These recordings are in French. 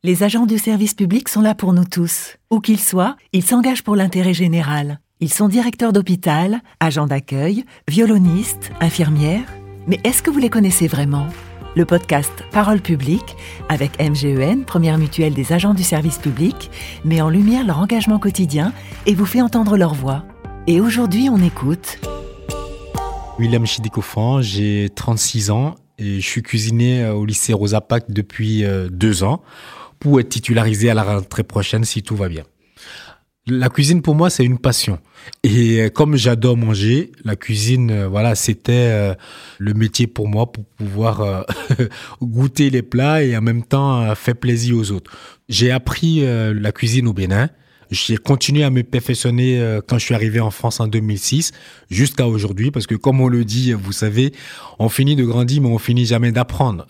Les agents du service public sont là pour nous tous. Où qu'ils soient, ils s'engagent pour l'intérêt général. Ils sont directeurs d'hôpital, agents d'accueil, violonistes, infirmières. Mais est-ce que vous les connaissez vraiment ? Le podcast Parole publique, avec MGEN, première mutuelle des agents du service public, met en lumière leur engagement quotidien et vous fait entendre leur voix. Et aujourd'hui, on écoute... William Chidikofan, j'ai 36 ans et je suis cuisinier au lycée Rosa Parks depuis 2 ans pour être titularisé à la rentrée prochaine si tout va bien. La cuisine pour moi c'est une passion et comme j'adore manger, la cuisine c'était le métier pour moi pour pouvoir goûter les plats et en même temps faire plaisir aux autres. J'ai appris la cuisine au Bénin. J'ai continué à me perfectionner quand je suis arrivé en France en 2006 jusqu'à aujourd'hui parce que comme on le dit, vous savez, on finit de grandir mais on finit jamais d'apprendre.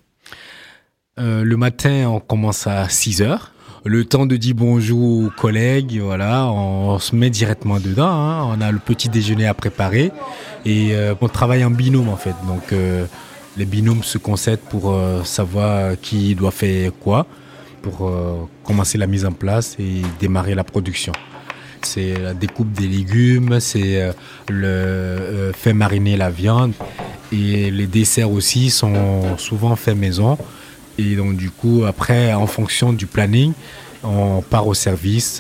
Le matin, on commence à 6h. Le temps de dire bonjour aux collègues, on se met directement dedans. On a le petit déjeuner à préparer et on travaille en binôme en fait. Donc les binômes se concèdent pour savoir qui doit faire quoi pour commencer la mise en place et démarrer la production. C'est la découpe des légumes, c'est le fait mariner la viande et les desserts aussi sont souvent faits maison. Et donc du coup, après, en fonction du planning, on part au service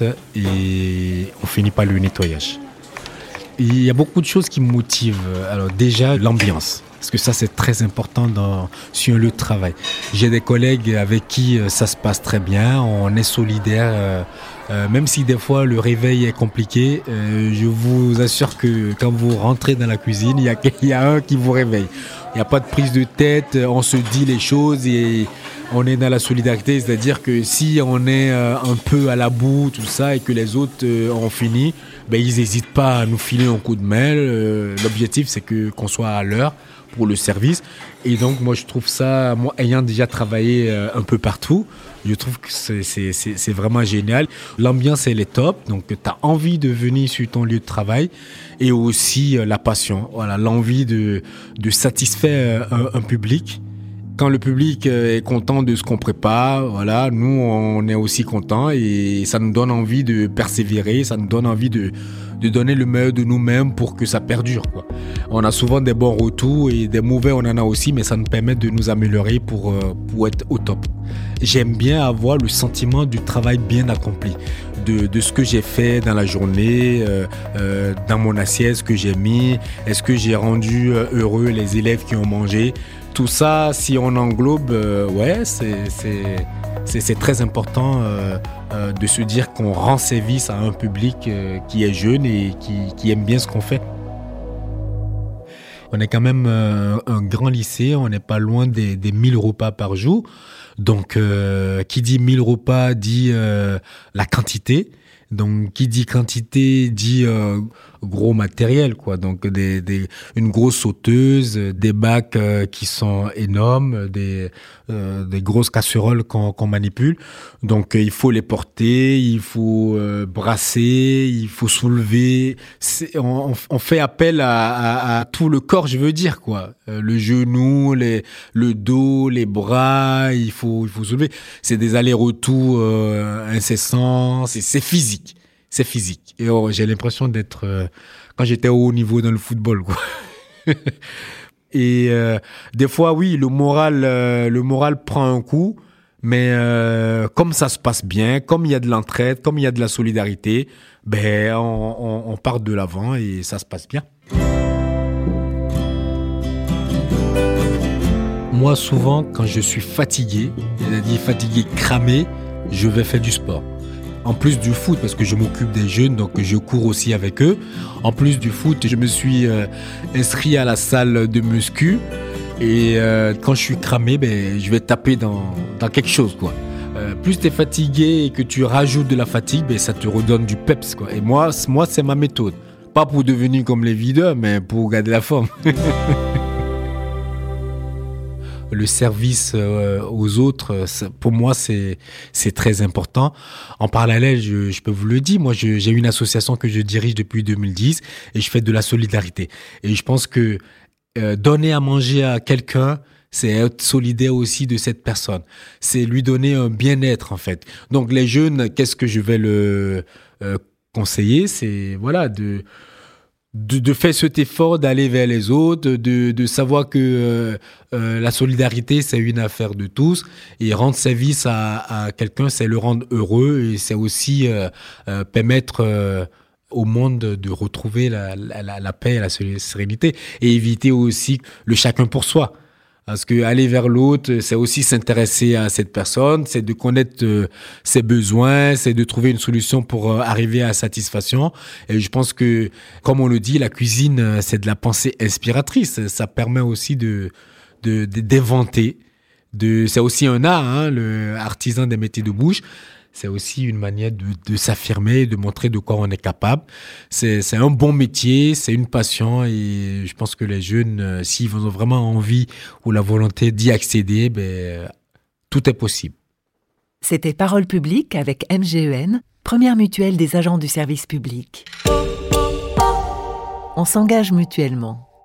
et on finit par le nettoyage. Et il y a beaucoup de choses qui me motivent. Alors déjà, l'ambiance. Parce que ça, c'est très important sur un lieu de travail. J'ai des collègues avec qui ça se passe très bien. On est solidaires. Même si des fois, le réveil est compliqué, je vous assure que quand vous rentrez dans la cuisine, il y a un qui vous réveille. Il n'y a pas de prise de tête. On se dit les choses et on est dans la solidarité. C'est-à-dire que si on est un peu à la bout, tout ça, et que les autres ont fini, ils n'hésitent pas à nous filer un coup de main. L'objectif, c'est qu'on soit à l'heure pour le service. Et donc, moi, je trouve ça, moi, ayant déjà travaillé un peu partout, je trouve que c'est vraiment génial. L'ambiance, elle est top. Donc, tu as envie de venir sur ton lieu de travail et aussi la passion. Voilà, l'envie de satisfaire un public. Quand le public est content de ce qu'on prépare, nous, on est aussi contents et ça nous donne envie de persévérer, ça nous donne envie de donner le meilleur de nous-mêmes pour que ça perdure, quoi. On a souvent des bons retours et des mauvais, on en a aussi, mais ça nous permet de nous améliorer pour être au top. J'aime bien avoir le sentiment du travail bien accompli, de ce que j'ai fait dans la journée, dans mon assiette, ce que j'ai mis, est-ce que j'ai rendu heureux les élèves qui ont mangé. Tout ça, si on englobe, c'est très important de se dire qu'on rend service à un public qui est jeune et qui aime bien ce qu'on fait. On est quand même un grand lycée, on n'est pas loin des 1000 repas par jour. Donc, qui dit 1000 repas dit la quantité. Donc, qui dit quantité dit gros matériel, quoi. Donc, une grosse sauteuse, des bacs qui sont énormes, des grosses casseroles qu'on manipule. Donc, il faut les porter, il faut brasser, il faut soulever. On fait appel à tout le corps, je veux dire, quoi. Le genou, le dos, les bras, il faut soulever. C'est des allers-retours incessants, c'est physique. C'est physique. Et j'ai l'impression d'être quand j'étais au haut niveau dans le football, quoi. Et des fois, oui, le moral prend un coup, mais comme ça se passe bien, comme il y a de l'entraide, comme il y a de la solidarité, on part de l'avant et ça se passe bien. Moi, souvent, quand je suis fatigué, c'est-à-dire fatigué, cramé, je vais faire du sport. En plus du foot, parce que je m'occupe des jeunes, donc je cours aussi avec eux. En plus du foot, je me suis inscrit à la salle de muscu. Et quand je suis cramé, je vais taper dans quelque chose, quoi. Plus tu es fatigué et que tu rajoutes de la fatigue, ça te redonne du peps, quoi. Et moi, c'est ma méthode. Pas pour devenir comme les videurs, mais pour garder la forme. Le service aux autres, pour moi, c'est très important. En parallèle, je peux vous le dire, moi, j'ai une association que je dirige depuis 2010 et je fais de la solidarité. Et je pense que donner à manger à quelqu'un, c'est être solidaire aussi de cette personne. C'est lui donner un bien-être, en fait. Donc, les jeunes, qu'est-ce que je vais le conseiller? C'est, voilà, de faire cet effort d'aller vers les autres, de savoir que la solidarité, c'est une affaire de tous. Et rendre service à quelqu'un, c'est le rendre heureux. Et c'est aussi permettre au monde de retrouver la paix et la sérénité. Et éviter aussi le chacun pour soi. Parce que aller vers l'autre, c'est aussi s'intéresser à cette personne, c'est de connaître ses besoins, c'est de trouver une solution pour arriver à satisfaction. Et je pense que, comme on le dit, la cuisine, c'est de la pensée inspiratrice. Ça permet aussi d'inventer. C'est aussi un art, hein, le artisan des métiers de bouche. C'est aussi une manière de s'affirmer, de montrer de quoi on est capable. C'est un bon métier, c'est une passion et je pense que les jeunes, s'ils ont vraiment envie ou la volonté d'y accéder, tout est possible. C'était Parole publique avec MGEN, première mutuelle des agents du service public. On s'engage mutuellement.